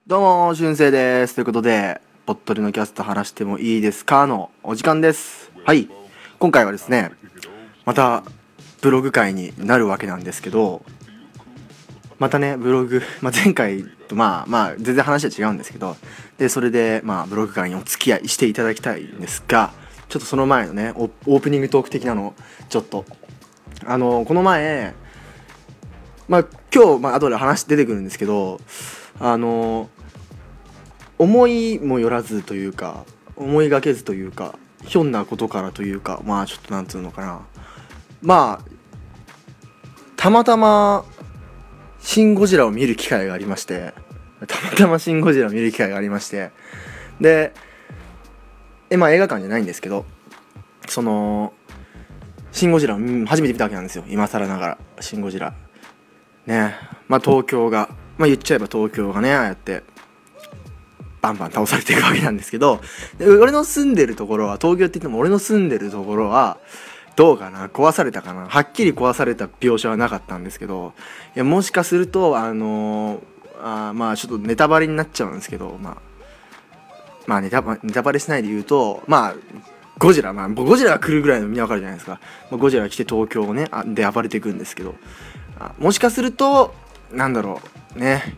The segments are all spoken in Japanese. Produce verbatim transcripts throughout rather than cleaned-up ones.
どうもしゅんせいです。ということでぽっとりのキャスト話してもいいですかのお時間です。はい、今回はですねまたブログ会になるわけなんですけど、またねブログ、まあ、前回とまあまあ全然話は違うんですけど、でそれでまあブログ会にお付き合いしていただきたいんですが、ちょっとその前のねオープニングトーク的なのちょっとあのこの前まあ今日まあ後で話出てくるんですけど、あの思いもよらずというか思いがけずというかひょんなことからというか、まあちょっとなんつうのかな、まあたまたまシン・ゴジラを見る機会がありましてたまたまシン・ゴジラを見る機会がありましてでえまあ映画館じゃないんですけど、そのシン・ゴジラを初めて見たわけなんですよ、今更ながら。シン・ゴジラね、まあ東京がまあ言っちゃえば東京がねああやってバンバン倒されていくわけなんですけど、で俺の住んでるところは東京って言っても俺の住んでるところはどうかな、壊されたかな、はっきり壊された描写はなかったんですけど、いやもしかするとあのー、あまあちょっとネタバレになっちゃうんですけど、まあまあネタバネタバレしないで言うと、まあゴジラまあゴジラが来るぐらいのみんなわかるじゃないですか、まあ、ゴジラが来て東京をねあで暴れていくんですけど、あもしかするとなんだろうね、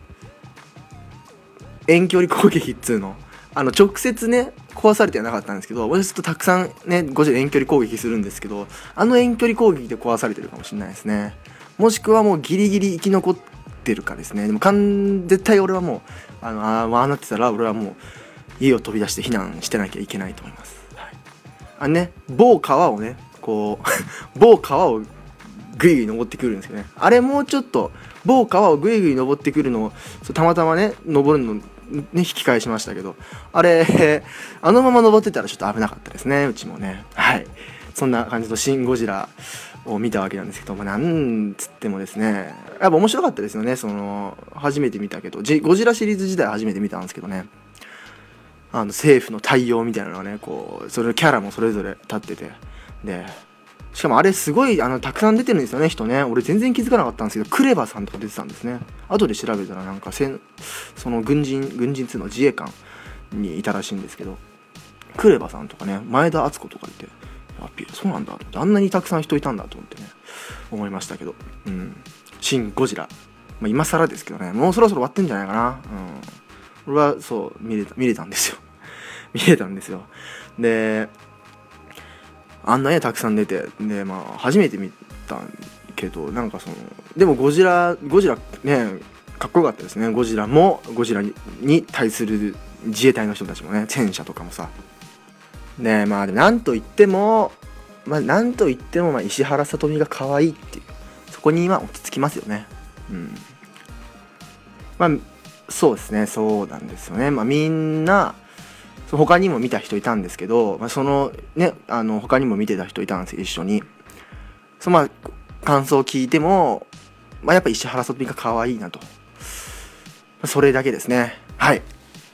遠距離攻撃っつうの、あの直接ね壊されてはなかったんですけど、私ちょっとたくさんねゴジラ遠距離攻撃するんですけど、あの遠距離攻撃で壊されてるかもしれないですね。もしくはもうギリギリ生き残ってるかですね。でも絶対俺はもうあのああなってたら俺はもう家を飛び出して避難してなきゃいけないと思います、はい、あのね某川をねこう某川をぐいぐい登ってくるんですけどね、あれもうちょっと某川をぐいぐい登ってくるのをたまたまね登るのね引き返しましたけど、あれあのまま登ってたらちょっと危なかったですね、うちもね。はい、そんな感じのシン・ゴジラを見たわけなんですけど、まあ、なんつってもですねやっぱ面白かったですよね。その初めて見たけどゴジラシリーズ自体初めて見たんですけどね、あの政府の対応みたいなのがねこうそれキャラもそれぞれ立ってて、でしかもあれすごいあのたくさん出てるんですよね人ね。俺全然気づかなかったんですけどクレバさんとか出てたんですね。後で調べたらなんかせんその軍人軍人っつうの自衛官にいたらしいんですけど、クレバさんとかね前田敦子とかいて、あそうなんだと思って、あんなにたくさん人いたんだと思ってね思いましたけど、うんシン・ゴジラ、まあ、今更ですけどねもうそろそろ終わってんじゃないかな。うん俺はそう見れた見れたんですよ見れたんですよ。であんな絵たくさん出て、でまあ初めて見たけど、なんかそのでもゴジラゴジラねかっこよかったですね。ゴジラもゴジラにに対する自衛隊の人たちもね、戦車とかもさ、ねまあでなんといってもまあなんといってもまあ石原さとみが可愛いっていう、そこに今落ち着きますよね。うんまあそうですね、そうなんですよね。まあみんな他にも見た人いたんですけど、まあ、そのねあの他にも見てた人いたんですよ一緒に。そのまあ感想を聞いても、まあ、やっぱ石原さとみが可愛いなと、それだけですね。はい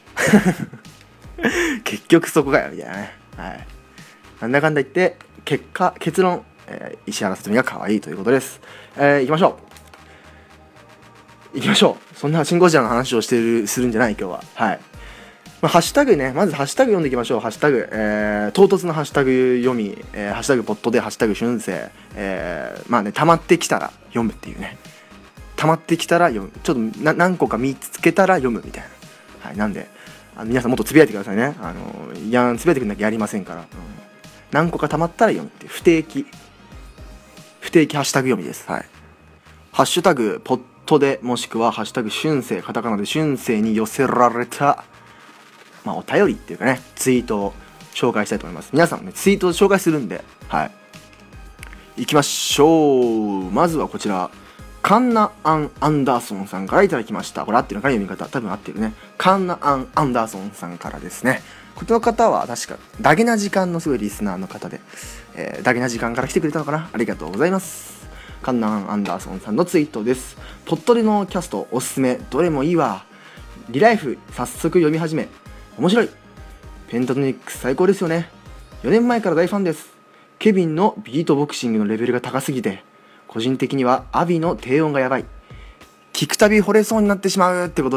結局そこかよみたいなね。はい、なんだかんだ言って結果結論、えー、石原さとみが可愛いということです。えー、行きましょう行きましょう。そんなシン・ゴジラの話をしてるするんじゃない今日は。はいまあ、ハッシュタグね、まずハッシュタグ読んでいきましょう。ハッシュタグ、えー、唐突なハッシュタグ読み、えー、ハッシュタグポットでハッシュタグ春生、えー、まあね溜まってきたら読むっていうね、溜まってきたら読む、ちょっとな何個か見つけたら読むみたいな。はい、なんであの皆さんもっとつぶやいてくださいね。あのいやつぶやいてくんなきゃやりませんから、うん、何個か溜まったら読むっていう不定期不定期ハッシュタグ読みです。はい、ハッシュタグポットでもしくはハッシュタグ春生、カタカナで春生に寄せられたまあ、お便りっていうかねツイートを紹介したいと思います。皆さんねツイートを紹介するんで、はい行きましょう。まずはこちらカンナ・アン・アンダーソンさんからいただきました。これ合ってるのかな、読み方多分合ってるね。カンナ・アン・アンダーソンさんからですね。この方は確かダゲな時間のすごいリスナーの方で、えー、ダゲな時間から来てくれたのかな。ありがとうございます。カンナ・アン・アンダーソンさんのツイートです。ぽっとりのキャストおすすめ、どれもいいわ。リライフ早速読み始め面白い。ペンタトニック最高ですよね。よねんまえから大ファンです。ケビンのビートボクシングのレベルが高すぎて、個人的にはアビの低音がやばい。聞くたび惚れそうになってしまうってことで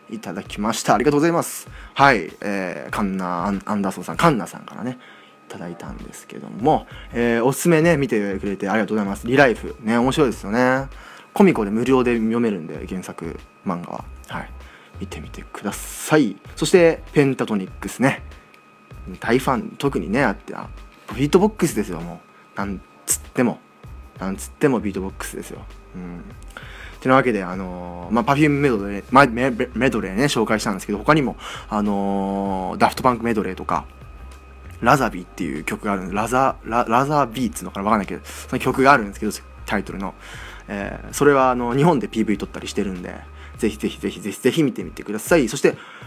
いただきました。ありがとうございます。はい、えー、カンナアンアンダーソンさん、カンナさんからねいただいたんですけども、えー、おすすめね見てくれてありがとうございます。リライフね、面白いですよね。コミコで無料で読めるんで、原作漫画は、はい、見てみてください。そしてペンタトニックスね、大ファン、特にねあってあビートボックスですよ。もうなんつってもなんつってもビートボックスですよ。うんてなわけで、あのー、まあ、Perfume メドレー、ま、メ, メドレーね、紹介したんですけど、他にも、あのー、ダフトパンクメドレーとか、ラザビーっていう曲があるんで、ラザ、ラ、ラザビーツのかなわかんないけど、その曲があるんですけど、タイトルの。えー、それは、あの、日本で ピーブイ 撮ったりしてるんで、ぜひぜひぜひぜひぜひ見てみてください。そして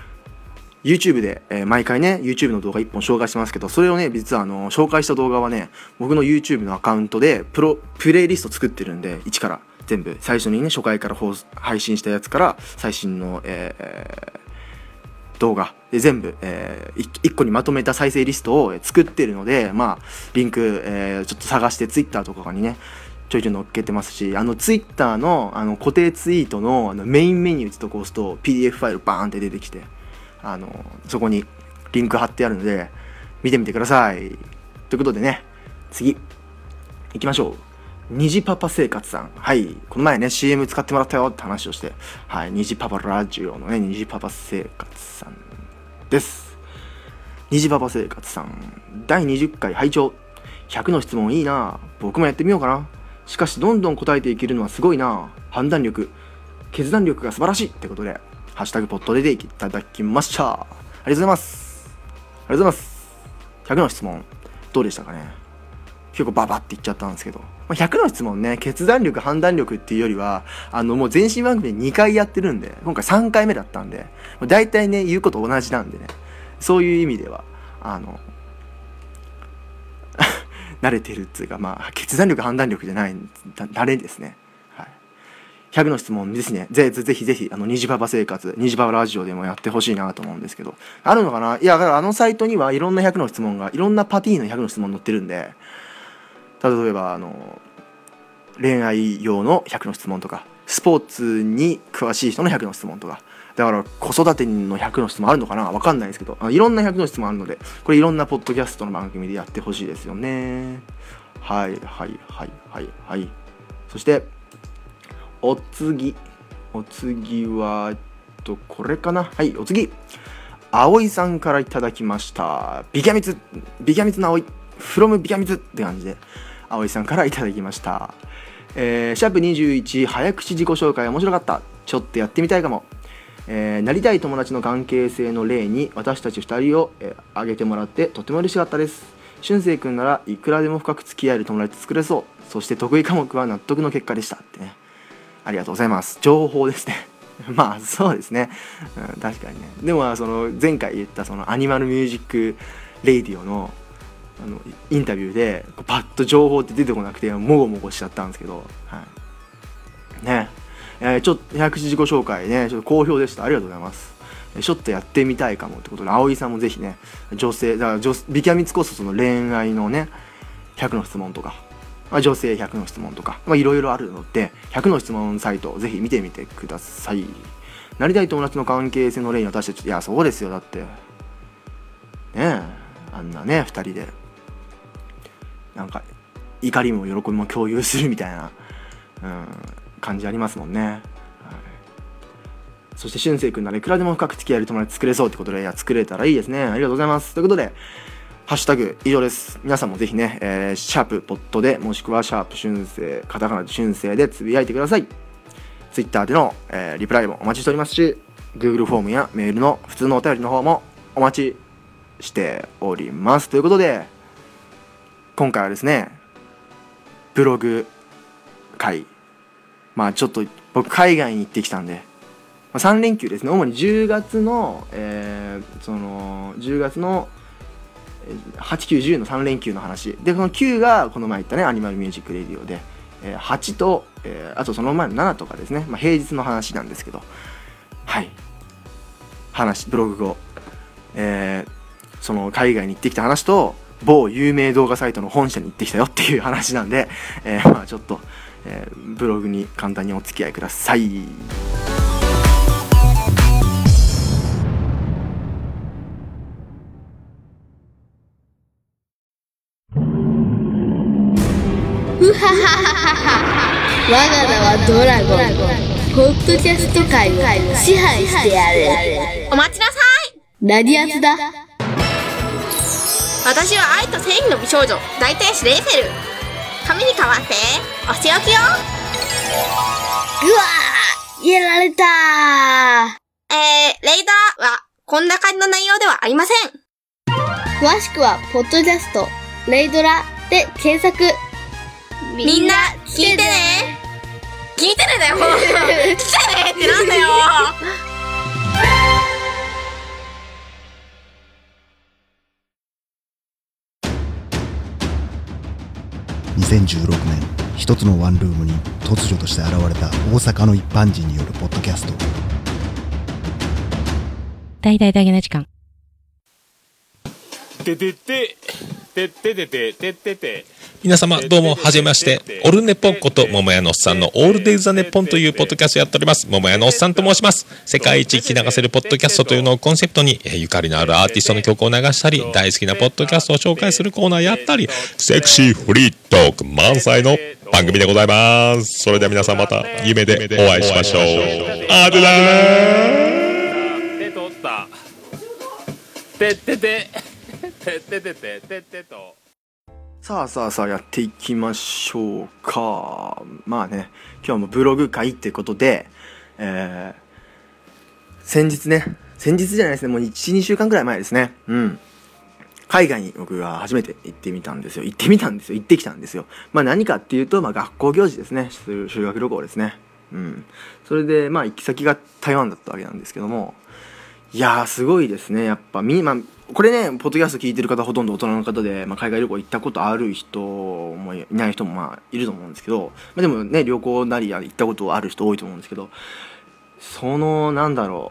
、YouTube で、えー、毎回ね YouTube の動画いっぽん紹介してますけど、それをね実はあの紹介した動画はね僕の YouTube のアカウントでプロプレイリスト作ってるんで、一から全部最初にね初回から放配信したやつから最新の、えー、動画で全部、えー、いっこにまとめた再生リストを作ってるので、まあリンク、えー、ちょっと探して Twitter とかにねちょいちょい載っけてますし、あの Twitter の, あの固定ツイート の, あのメインメニューってとこ押すと ピーディーエフ ファイルバーンって出てきて、あのそこにリンク貼ってあるので見てみてください。ということでね、次行きましょう。虹パパ生活さん、はい、この前ね シーエム 使ってもらったよって話をして、はい、虹パパラジオのね虹パパ生活さんです。虹パパ生活さん、だいにじゅっかい拝聴。ひゃくの質問いいな、僕もやってみようかな。しかしどんどん答えていけるのはすごいな、判断力決断力が素晴らしいってことでハッシュタグポットでいただきました。ありがとうございます。ありがとうございます。ひゃくの質問どうでしたかね。結構ババって言っちゃったんですけど、ひゃくの質問ね、決断力判断力っていうよりはあのもう前身番組でにかいやってるんで、今回さんかいめだったんでだいたいね言うこと同じなんでね、そういう意味ではあの慣れてるっていうか、まあ決断力判断力じゃない慣れですね。ひゃくの質問ですね。ぜ, ぜひぜひあの虹パパ生活、虹パパラジオでもやってほしいなと思うんですけど、あるのかな。いやだからあのサイトにはいろんなひゃくの質問が、いろんなパティーのひゃくの質問載ってるんで、例えばあの恋愛用のひゃくの質問とか、スポーツに詳しい人のひゃくの質問とか、だから子育てのひゃくの質問あるのかな、わかんないですけど、いろんなひゃくの質問あるので、これいろんなポッドキャストの番組でやってほしいですよね。はいはいはいはいはい。そしてお次お次はえっとこれかな。はい、お次葵さんからいただきました。ビキャミツビキャミツの葵 from ビキャミツって感じで葵さんからいただきました。えー、シャープにじゅういち、早口自己紹介面白かった、ちょっとやってみたいかも。えー、なりたい友達の関係性の例に私たちふたりを、えー、挙げてもらってとても嬉しかったです。俊生くんならいくらでも深く付き合える友達作れそう。そして得意科目は納得の結果でしたってね。ありがとうございます。情報ですね。まあそうですね、うん、確かにね。でもその前回言ったそのアニマルミュージックレイディオのあのインタビューでパッと情報って出てこなくてもごもごしちゃったんですけど、はい、ねえー、ちょっと早口自己紹介ね、ちょっと好評でした。ありがとうございます。ちょっとやってみたいかもってことで、葵さんもぜひね、女性だから女ビキャミツこそその恋愛のねひゃくの質問とか、まあ、女性ひゃくの質問とかいろいろあるので、ひゃくの質問サイトぜひ見てみてください。なりたい友達の関係性の例に私たち、いやそうですよ、だってねえ、あんなねふたりでなんか怒りも喜びも共有するみたいな、うん、感じありますもんね。はい、そして俊生くんならいくらでも深く付き合える友達作れそうってことで、いや作れたらいいですね。ありがとうございます。ということでハッシュタグ以上です。皆さんもぜひね、えー、シャープポットでもしくはシャープ俊生カタカナで俊生でつぶやいてください。ツイッターでの、えー、リプライもお待ちしておりますし、 Google フォームやメールの普通のお便りの方もお待ちしております。ということで今回はですねブログ会、まあちょっと僕海外に行ってきたんで、まあ、さん連休ですね。主にじゅうがつの、えー、そのじゅうがつのはち、きゅう、じゅうのさん連休の話で、このきゅうがこの前言ったねアニマルミュージックレディオで、えー、はちと、えー、あとその前のななとかですね、まあ、平日の話なんですけど、はい話ブログを、えー、その海外に行ってきた話と某有名動画サイトの本社に行ってきたよっていう話なんで、えー、まあちょっと、えー、ブログに簡単にお付き合いください。 ふはははは。我が名はドラゴン。ポッドキャスト界を支配してやる。 お待ちなさい。 ラディアスだ。 私は愛と正義の美少女、大天使レイフェル。髪に代わってお仕置きよ。 うわー、やられたー。 えー、レイダーはこんな感じの内容ではありません。 詳しくはポッドキャストレイドラで検索。 みんな聞いてね。聞いてねだよ。聞いてねってなんだよ。 にせんじゅうろくねん、一つのワンルームに突如として現れた大阪の一般人によるポッドキャスト。 大々だけな時間。 てててててててててて。 皆様どうもはじめまして、オルネポこと桃屋のおっさんのオールデイズ・ザ・ネッポンというポッドキャストやっております桃屋のおっさんと申します。世界一聞き流せるポッドキャストというのをコンセプトに、ゆかりのあるアーティストの曲を流したり、大好きなポッドキャストを紹介するコーナーやったり、セクシーフリートーク満載の番組でございます。それでは皆さんまた夢でお会いしましょう。あでだー手取ったてってててっててててってと。 さあさあさあやっていきましょうか。まあね、今日もブログ会ってことで、えー、先日ね先日じゃないですね、もう いち,に 週間くらい前ですね。うん海外に僕が初めて行ってみたんですよ行ってみたんですよ行ってきたんですよ。まあ何かっていうと、まあ学校行事ですね。修学旅行ですね。うんそれでまあ行き先が台湾だったわけなんですけども、いやーすごいですね。やっぱみ、まあ、これねポッドキャスト聞いてる方ほとんど大人の方で、まあ、海外旅行行ったことある人もいない人もまあいると思うんですけど、まあ、でもね旅行なりや行ったことある人多いと思うんですけど、そのなんだろ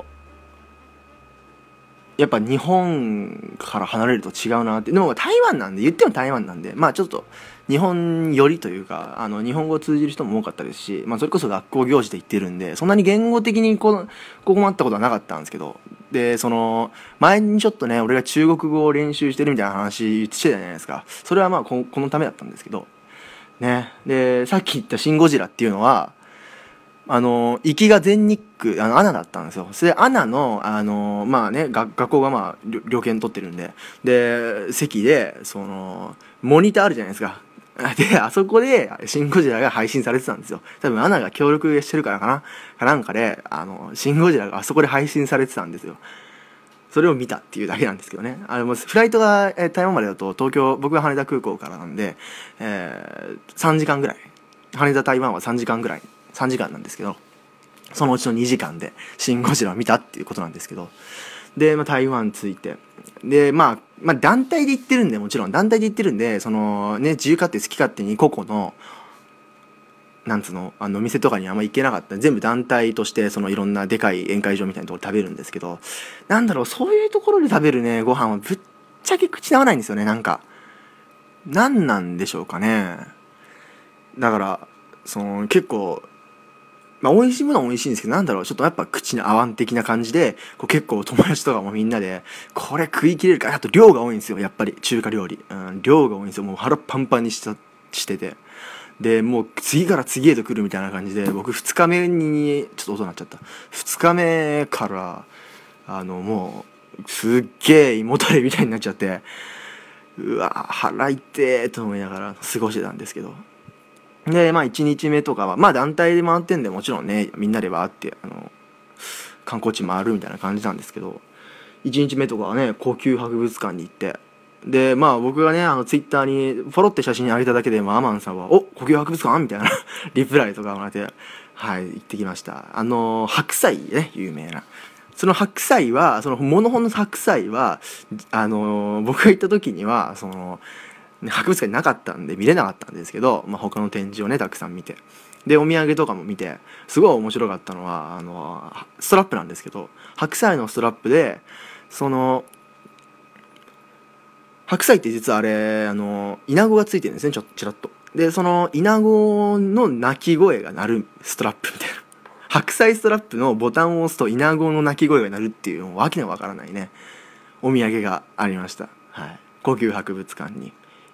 うやっぱ日本から離れると違うなって。でも台湾なんで言っても台湾なんで、まあちょっと日本寄りというか、あの日本語を通じる人も多かったですし、まあそれこそ学校行事で行ってるんで、そんなに言語的にこう困ったことはなかったんですけど、でその前にちょっとね俺が中国語を練習してるみたいな話してたじゃないですか。それはまあここのためだったんですけどね。でさっき言ったシン・ゴジラっていうのはあの行きが全日空あのアナだったんですよ。それでアナのあのまあね学学校がまあ旅券取ってるんで、で席でそのモニターあるじゃないですか。であそこでシン・ゴジラが配信されてたんですよ。多分アナが協力してるからかなかなんかであのシン・ゴジラがあそこで配信されてたんですよ。それを見たっていうだけなんですけどね。あれもフライトが、えー、台湾までだと東京僕は羽田空港からなんで、えー、さんじかんぐらい、羽田台湾はさんじかんぐらいさんじかんなんですけど、そのうちのにじかんでシン・ゴジラを見たっていうことなんですけど、で、まあ、台湾着いてで、まあ、まあ団体で行ってるんで、もちろん団体で行ってるんでそのね自由勝手好き勝手に個々のなんつうのあの店とかにあんま行けなかった。全部団体としてそのいろんなでかい宴会場みたいなところで食べるんですけど、なんだろうそういうところで食べるねご飯はぶっちゃけ口に合わないんですよね。なんかなんなんでしょうかね。だからその結構まあ美味しいものは美味しいんですけど、なんだろうちょっとやっぱ口に合わん的な感じで、こう結構友達とかもみんなでこれ食い切れるか。あと量が多いんですよやっぱり中華料理、うん、量が多いんですよ。もう腹パンパンにしちしてて、でもう次から次へと来るみたいな感じで、僕ふつかめにちょっと音鳴っちゃったふつかめからあのもうすっげえ胃もたれみたいになっちゃって、うわ腹痛えと思いながら過ごしてたんですけど、でまあいちにちめとかはまあ団体で回ってんでもちろんねみんなでバーってあの観光地回るみたいな感じなんですけど、いちにちめとかはね高級博物館に行って、でまあ僕がねあのツイッターにポロって写真に上げただけで、まあ、アマンさんは「お高級博物館?」みたいなリプライとかもらってはい行ってきました。あの白菜ね有名なその白菜はそのモノホンの白菜はあの僕が行った時にはその博物館になかったんで見れなかったんですけど、まあ、他の展示をねたくさん見て、でお土産とかも見てすごい面白かったのはあのストラップなんですけど、白菜のストラップでその白菜って実はあれあのイナゴがついてるんですねちょっとちらっと。でそのイナゴの鳴き声が鳴るストラップみたいな白菜ストラップのボタンを押すとイナゴの鳴き声が鳴るっていうわけのわからないねお土産がありました。はい、高級博物館に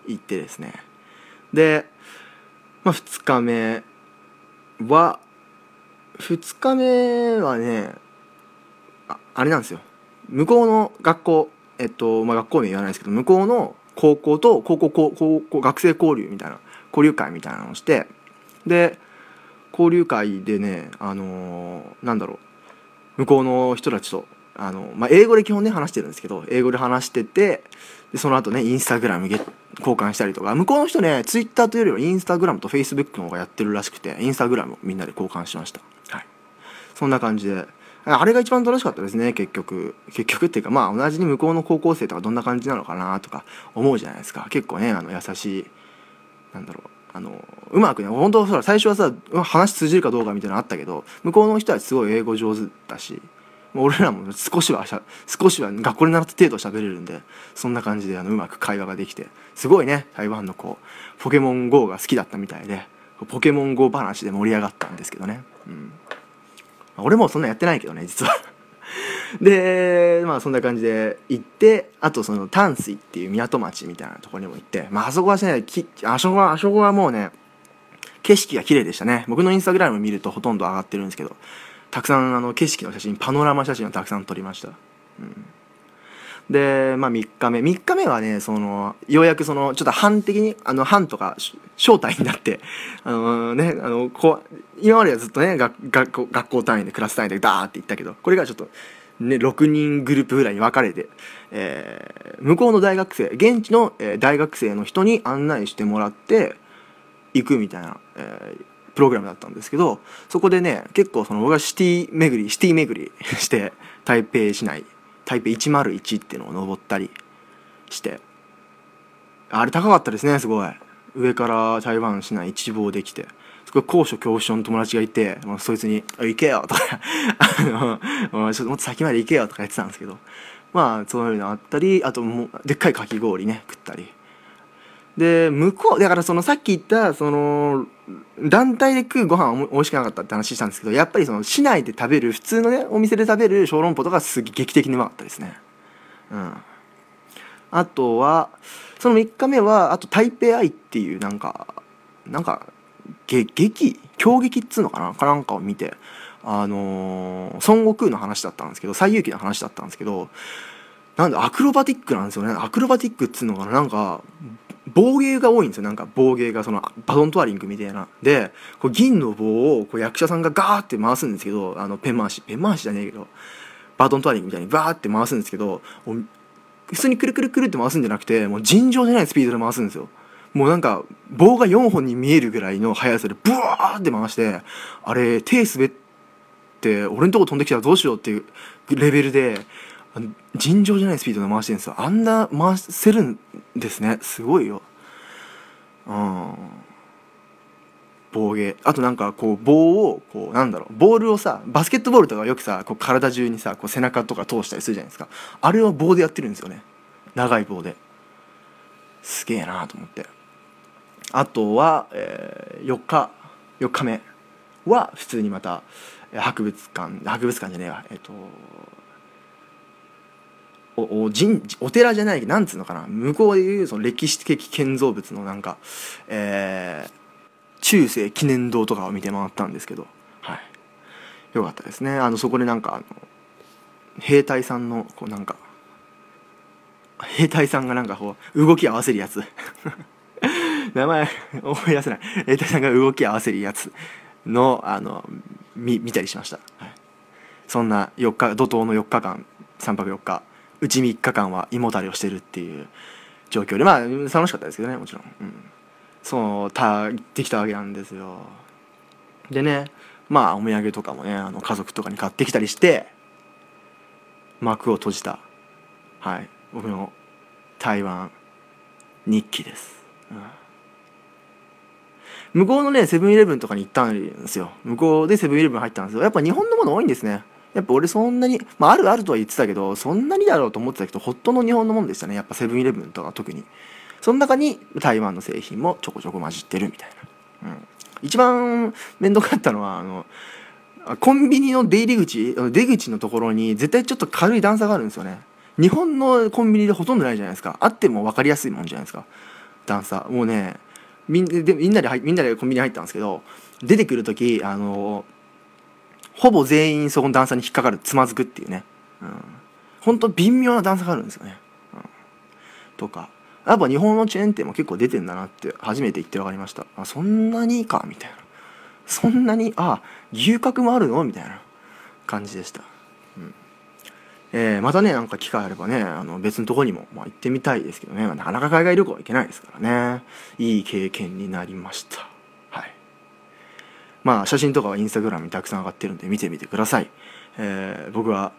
行ってですね、で、まあ、ふつかめはふつかめはね あ, あれなんですよ。向こうの学校、えっとまあ学校名言わないですけど、向こうの高校と高校高校高校学生交流みたいな交流会みたいなのをして、で交流会でね、あのー、なんだろう、向こうの人たちとあの、まあ、英語で基本ね話してるんですけど、英語で話してて、でその後ねインスタグラム交換したりとか、向こうの人ねツイッターというよりはインスタグラムとフェイスブックの方がやってるらしくて、インスタグラムをみんなで交換しました。はい、そんな感じで、あれが一番楽しかったですね。結局結局っていうか、まあ同じに向こうの高校生とかどんな感じなのかなとか思うじゃないですか。結構ね、あの優しい、なんだろう、あのうまくね、本当は最初はさ話通じるかどうかみたいなのあったけど、向こうの人はすごい英語上手だし、俺らも少しは少しは学校で習った程度喋れるんで、そんな感じであのうまく会話ができて、すごいね、台湾の子ポケモン ゴー が好きだったみたいで、ポケモン ゴー 話で盛り上がったんですけどね、うん、俺もそんなやってないけどね実はでまあそんな感じで行って、あとその淡水っていう港町みたいなところにも行って、まああそこはね、きあそこはあそこはもうね景色が綺麗でしたね。僕のインスタグラム見るとほとんど上がってるんですけど、たくさんあの景色の写真、パノラマ写真をたくさん撮りました。うん、で、まあみっかめみっかめはね、そのようやくそのちょっと班的にあの班とか招待になって、あのね、あのこう今まではずっとね学学校学校単位でクラス単位でダーって行ったけど、これがちょっとねろくにんグループぐらいに分かれて、えー、向こうの大学生、現地の、えー、大学生の人に案内してもらって行くみたいな、えープログラムだったんですけど、そこでね結構その僕がシティ巡りシティ巡りして台北市内台北いちまるいちっていうのを登ったりして、あれ高かったですね。すごい上から台湾市内一望できて、そこ高所恐怖症の友達がいて、まあ、そいつに「行けよ」とかあのちょっともっと先まで行けよとか言ってたんですけど、まあそういうのあったり、あともうでっかいかき氷ね食ったりで、向こうだからそのさっき言ったその団体で食うご飯は美味しくなかったって話したんですけど、やっぱりその市内で食べる普通のねお店で食べる小籠包とかすげえ劇的にうまかったですね。うん。あとはそのみっかめはあと台北愛っていうなんかなんか劇狂劇っつうのかなかなんかを見て、あのー、孫悟空の話だったんですけど、西遊記の話だったんですけど、なんでアクロバティックなんですよね。アクロバティックっつうのかな、なんか棒芸が多いんですよ。なんか棒芸がそのバトントワリングみたいなで、こう銀の棒をこう役者さんがガーって回すんですけど、あのペン回しペン回しじゃねえけどバトントワリングみたいにバーって回すんですけど、普通にくるくるくるって回すんじゃなくて、もう尋常じゃないスピードで回すんですよ。もうなんか棒がよんほんに見えるぐらいの速さでブワーって回して、あれ手滑って俺のとこ飛んできたらどうしようっていうレベルで尋常じゃないスピードで回してるんですよ。あんな回せるんですね。すごいよ。うん。棒芸。あとなんかこう棒をこうなんだろう、ボールをさ、バスケットボールとかよくさ、こう体中にさ、こう背中とか通したりするじゃないですか。あれを棒でやってるんですよね。長い棒で。すげえなと思って。あとは、えー、よっかよっかめは普通にまた博物館博物館じゃねえわえっとお お, 神お寺じゃないなんつうのかな、向こうでいうその歴史的建造物のなんか、えー、中世記念堂とかを見て回ったんですけど、はい、よかったですね。あのそこでなんかあの兵隊さんのこうなんか兵隊さんがなんかこう動き合わせるやつ名前思い出せない。兵隊さんが動き合わせるやつのあの 見, 見たりしました、はい、そんなよっか怒涛のよっかかんさんぱくよっかうちみっかかんは胃もたれをしてるっていう状況で、まあ楽しかったですけどね、もちろん、うん、そうたできたわけなんですよ。でね、まあお土産とかもねあの家族とかに買ってきたりして幕を閉じた、はい、僕の台湾日記です、うん、向こうのねセブンイレブンとかに行ったんですよ。向こうでセブンイレブン入ったんですよ。やっぱ日本のもの多いんですね。やっぱ俺そんなに、まああるあるとは言ってたけど、そんなにだろうと思ってたけど、ほっとの日本のものでしたね。やっぱセブンイレブンとか特に。その中に台湾の製品もちょこちょこ混じってるみたいな。うん。一番面倒かったのは、あの、コンビニの出入り口、出口のところに絶対ちょっと軽い段差があるんですよね。日本のコンビニでほとんどないじゃないですか。あっても分かりやすいもんじゃないですか。 段差。もうねみんなでみんなで入みんなでコンビニ入ったんですけど、出てくる時あのほぼ全員そこの段差に引っかかる、つまずくっていうね、うん、ほんと微妙な段差があるんですよね、うん、とかやっぱ日本のチェーン店も結構出てんだなって初めて行って分かりました。あ、そんなにかみたいな、そんなに、あ、牛角もあるのみたいな感じでした、うんえー、またねなんか機会あればねあの別のところにも、まあ、行ってみたいですけどね、なかなか海外旅行は行けないですからね。いい経験になりました。はい。まあ写真とかはインスタグラムにたくさん上がってるんで見てみてください。えー、僕は、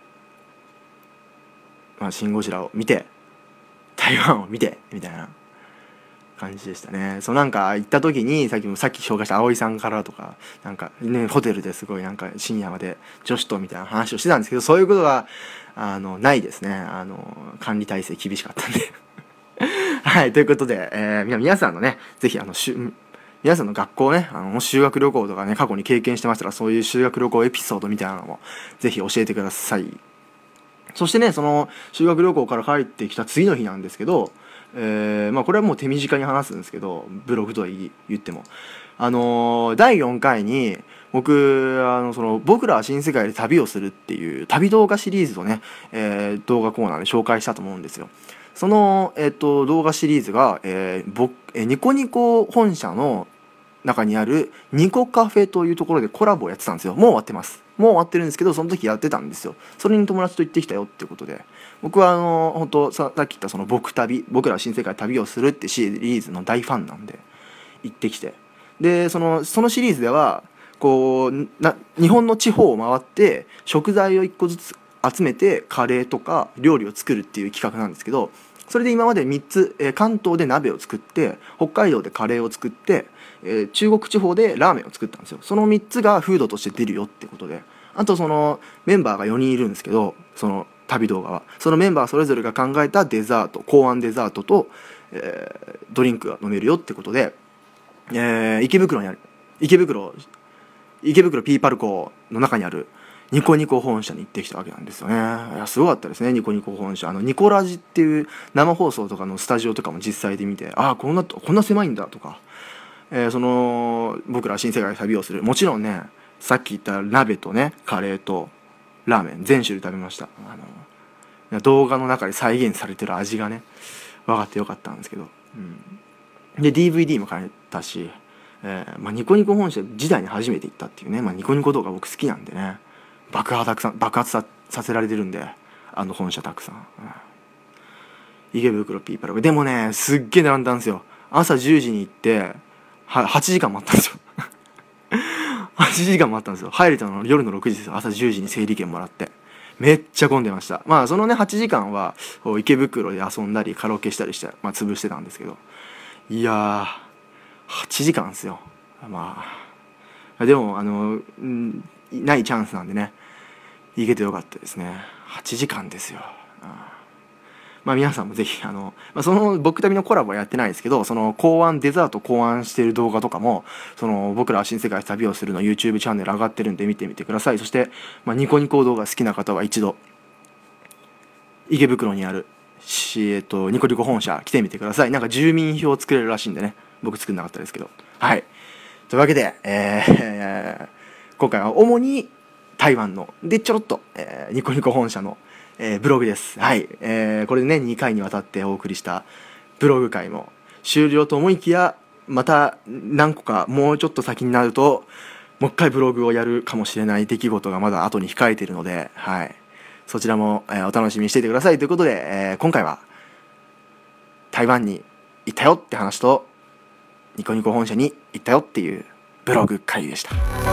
まあ、シン・ゴジラを見て台湾を見てみたいな感じでしたね。そうなんか行った時にさっきもさっき紹介した葵さんからとかなんかねホテルですごいなんか深夜まで女子とみたいな話をしてたんですけど、そういうことはあのないですね。あの管理体制厳しかったんではいということで、えー、皆さんのねぜひあのしゅ皆さんの学校ねあのもし修学旅行とかね過去に経験してましたらそういう修学旅行エピソードみたいなのもぜひ教えてください。そしてねその修学旅行から帰ってきた次の日なんですけど、えーまあ、これはもう手短に話すんですけどブログとは言ってもあのー、だいよんかいに僕あのその僕らは新世界で旅をするっていう旅動画シリーズをね、えー、動画コーナーで紹介したと思うんですよ。その、えー、と動画シリーズが、えー僕えー、ニコニコ本社の中にあるニコカフェというところでコラボをやってたんですよ。もう終わってます。もう終わってるんですけどその時やってたんですよ。それに友達と行ってきたよっていうことで、僕はあの本当さ, さっき言ったその僕旅僕らは新世界旅をするってシリーズの大ファンなんで行ってきて、でそのそのシリーズではこうな日本の地方を回って食材をいっこずつ集めてカレーとか料理を作るっていう企画なんですけど、それで今までみっつ、えー、関東で鍋を作って北海道でカレーを作って、えー、中国地方でラーメンを作ったんですよ。そのみっつがフードとして出るよってことで、あとそのメンバーがよにんいるんですけど、その旅動画はそのメンバーそれぞれが考えたデザート考案デザートと、えー、ドリンクが飲めるよってことで、えー、池袋にある池袋池袋ピーパルコの中にあるニコニコ本社に行ってきたわけなんですよね。いやすごかったですね。ニコニコ本社あのニコラジっていう生放送とかのスタジオとかも実際で見て、ああこんなこんな狭いんだとか、えー、その僕ら新世界で旅をする、もちろんねさっき言った鍋とねカレーとラーメン全種類食べました。あの動画の中で再現されてる味がね分かってよかったんですけど、うん、で ディーブイディー も買えたし、えーまあ、ニコニコ本社時代に初めて行ったっていうね、まあ、ニコニコ動画僕好きなんでね爆破たくさん爆発 さ, させられてるんであの本社たくさん、うん、池袋ピーパルコでもねすっげえ並んだんですよ。朝じゅうじに行ってははちじかん待ったんですよはちじかん待ったんですよ。入れたの夜のろくじですよ。朝じゅうじに整理券もらってめっちゃ混んでました。まあそのねはちじかんは池袋で遊んだりカラオケしたりして、まあ、潰してたんですけど、いやーはちじかんですよ。まあでもあの、んないチャンスなんでね行けてよかったですね。はちじかんですよ。あまあ皆さんもぜひあの、まあ、その僕旅のコラボはやってないですけど、その考案デザート考案してる動画とかもその僕らは新世界旅をするの YouTube チャンネル上がってるんで見てみてください。そして、まあ、ニコニコ動画好きな方は一度池袋にあるし、えっと、ニコニコ本社来てみてください。なんか住民票作れるらしいんでね、僕作んなかったですけど。はいというわけで、えー今回は主に台湾のでちょろっと、えー、ニコニコ本社の、えー、ブログです。はい、えー、これでねにかいにわたってお送りしたブログ回も終了と思いきや、また何個かもうちょっと先になるともう一回ブログをやるかもしれない出来事がまだ後に控えているので、はい、そちらも、えー、お楽しみにしていてくださいということで、えー、今回は台湾に行ったよって話とニコニコ本社に行ったよっていうブログ回でした。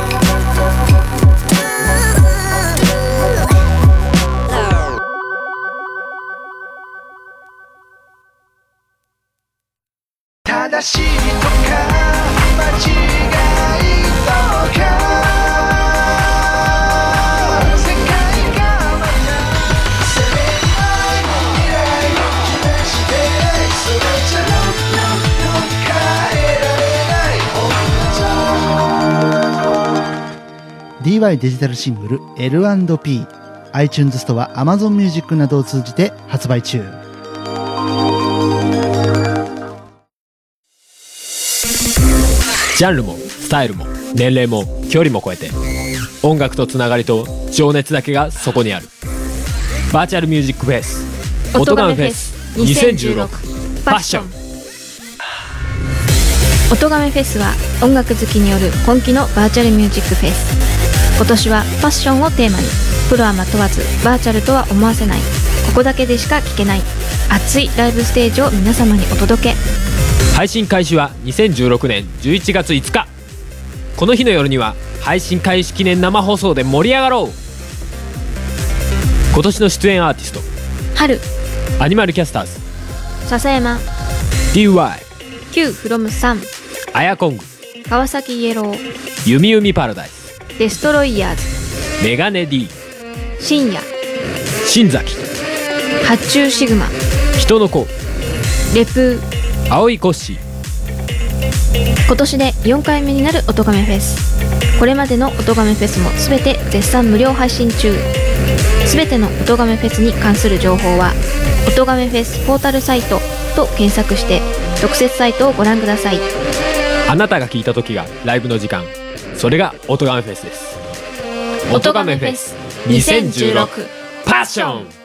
正しいとか間違いとか世界がまたせめない未来を決めしてそれじゃどんどん変えられない本当ディーワイ デジタルシングル エルアンドピー iTunes ストア Amazon Music などを通じて発売中。 ジャンルもスタイルも年齢も距離も超えて音楽とつながりと情熱だけがそこにある。バーチャルミュージックフェス音ガメフェスにせんじゅうろくパッション。 音ガメフェスは音楽好きによる本気のバーチャルミュージックフェス。今年はパッションをテーマに、プロアマ問わずバーチャルとは思わせない、ここだけでしか聴けない熱いライブステージを皆様にお届け。 配信開始はにせんじゅうろくねんじゅういちがついつか。この日の夜には配信開始記念生放送で盛り上がろう。今年の出演アーティスト、 春、 アニマルキャスターズ、 笹山、 ディーワイ、 Q フロムさん、 アヤコング、 川崎イエロー、 ユミユミパラダイス、 デストロイヤーズ、 メガネ D、 深夜、 新崎、 発注シグマ、 人の子、 レプー、 青いコッシー。 今年でよんかいめになる音ガメフェス。これまでの音ガメフェスもすべて絶賛無料配信中。すべての音ガメフェスに関する情報は音ガメフェスポータルサイトと検索して特設サイトをご覧ください。 あなたが聞いた時がライブの時間、それが音ガメフェスです。音ガメフェスにせんじゅうろくパッション。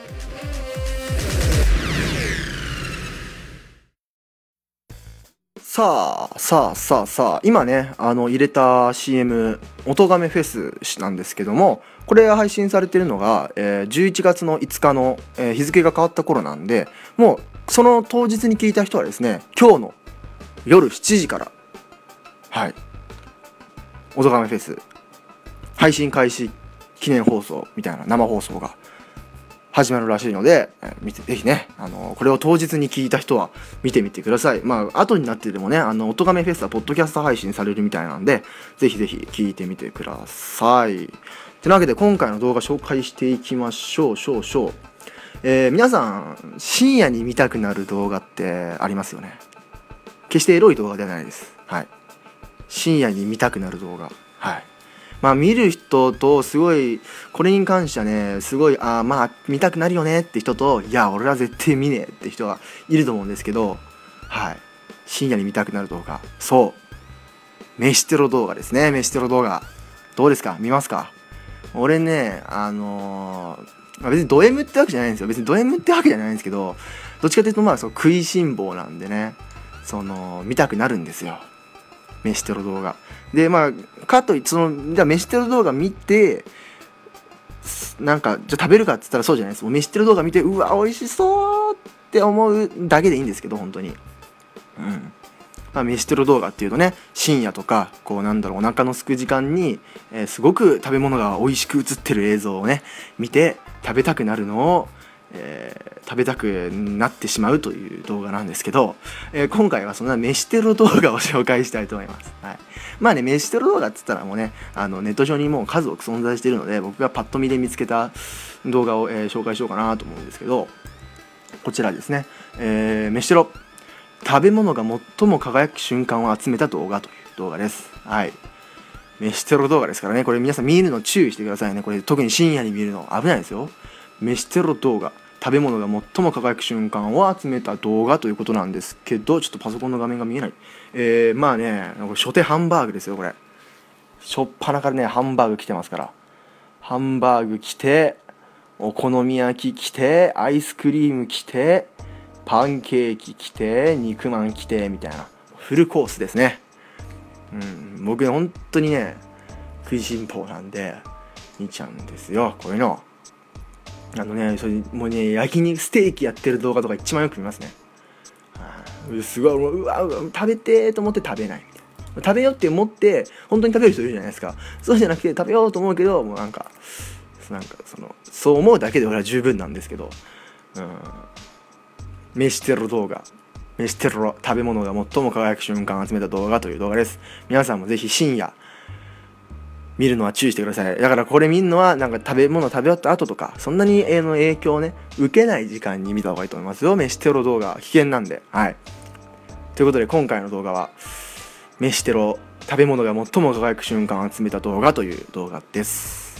さあさあさあさあ、今ねあの入れた シーエム 音ガメフェスなんですけども、これが配信されてるのが、えー、じゅういちがつのいつかの、えー、日付が変わった頃なんで、もうその当日に聞いた人はですね、今日の夜しちじからはい音ガメフェス配信開始記念放送みたいな生放送が始まるらしいので、えー、見てぜひね、あのー、これを当日に聞いた人は見てみてください。まあ後になってでもね、あの音ガメフェスはポッドキャスト配信されるみたいなんで、ぜひぜひ聞いてみてください。というわけで今回の動画紹介していきましょう。しょうしょう、えー、皆さん深夜に見たくなる動画ってありますよね。決してエロい動画ではないです。はい。深夜に見たくなる動画。はい。まあ見る人とすごいこれに関してはね、すごいあまあ見たくなるよねって人と、いや俺は絶対見ねえって人がいると思うんですけど、はい。深夜に見たくなる動画、そう飯テロ動画ですね。飯テロ動画どうですか、見ますか？俺ね、あのー、まあ、別にド M ってわけじゃないんですよ。別にド M ってわけじゃないんですけど、どっちかというとまあそう食いしん坊なんでね、その見たくなるんですよ、飯テロ動画で。まあかといってそのじゃあ飯テロ動画見てなんかじゃあ食べるかっつったらそうじゃないです。もう飯テロ動画見てうわ美味しそうって思うだけでいいんですけど、本当にうんまあ、飯テロ動画っていうとね、深夜とかこうなんだろう、お腹の空く時間に、えー、すごく食べ物が美味しく映ってる映像をね見て食べたくなるのを、えー、食べたくなってしまうという動画なんですけど、えー、今回はそんな飯テロ動画を紹介したいと思います。はい、まあね、飯テロ動画っつったらもうね、あのネット上にもう数多く存在しているので、僕がパッと見で見つけた動画を、えー、紹介しようかなと思うんですけど、こちらですね、えー、飯テロ食べ物が最も輝く瞬間を集めた動画という動画です。はい。飯テロ動画ですからね、これ皆さん見るの注意してくださいね。これ特に深夜に見るの危ないですよ。飯テロ動画、食べ物が最も輝く瞬間を集めた動画ということなんですけど、ちょっとパソコンの画面が見えない。えー、まあね、これ初手ハンバーグですよ、これ。しょっぱなからね、ハンバーグ来てますから。ハンバーグ来て、お好み焼き来て、アイスクリーム来て、パンケーキ来て、肉まん来てみたいなフルコースですね。うん、僕ね本当にね食いしん坊なんで見ちゃうんですよ、こういうの。あのね、それもうね、焼肉ステーキやってる動画とか一番よく見ますね。すごい、うわうわ食べてーと思って食べないみたいな。食べようって思って本当に食べる人いるじゃないですか。そうじゃなくて食べようと思うけど、もうなんかなんかそのそう思うだけで俺は十分なんですけど、うん、飯テロ動画、飯テロ食べ物が最も輝く瞬間を集めた動画という動画です。皆さんもぜひ深夜見るのは注意してください。だからこれ見るのはなんか食べ物食べ終わった後とか、そんなにの影響をね受けない時間に見た方がいいと思いますよ。飯テロ動画危険なんで。はい。ということで今回の動画は飯テロ食べ物が最も輝く瞬間を集めた動画という動画です。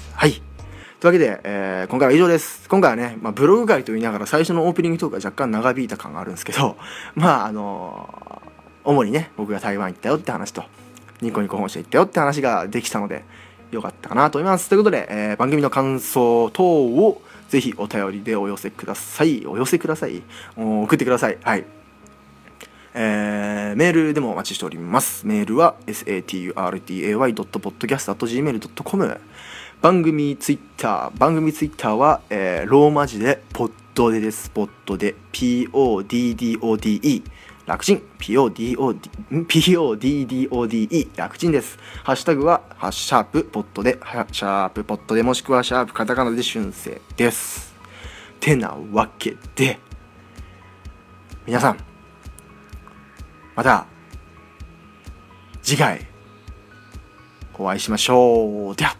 はい。というわけで、えー、今回は以上です。今回はね、まあ、ブログ回と言いながら最初のオープニングトークが若干長引いた感があるんですけど、まああの主にね僕が台湾行ったよって話とニコニコ本社行ったよって話ができたのでよかったかなと思います。ということで、えー、番組の感想等をぜひお便りでお寄せください。お寄せください。送ってください。はい。えー、メールでもお待ちしております。メールは サトゥルタイ ドットポッドキャスト アットジーメール ドットコム。番組ツイッター、番組ツイッターは、えー、ローマ字でポッドでです。ポッドで ピーオーディーディーオーディーイー 楽ちん ピーオーディーオーディー ピーオーディーディーオーディーイー 楽ちんです。ハッシュタグはハッシャープポッドでシャープポッドでもしくはシャープカタカナで春生です。てなわけで皆さんまた次回お会いしましょう。では。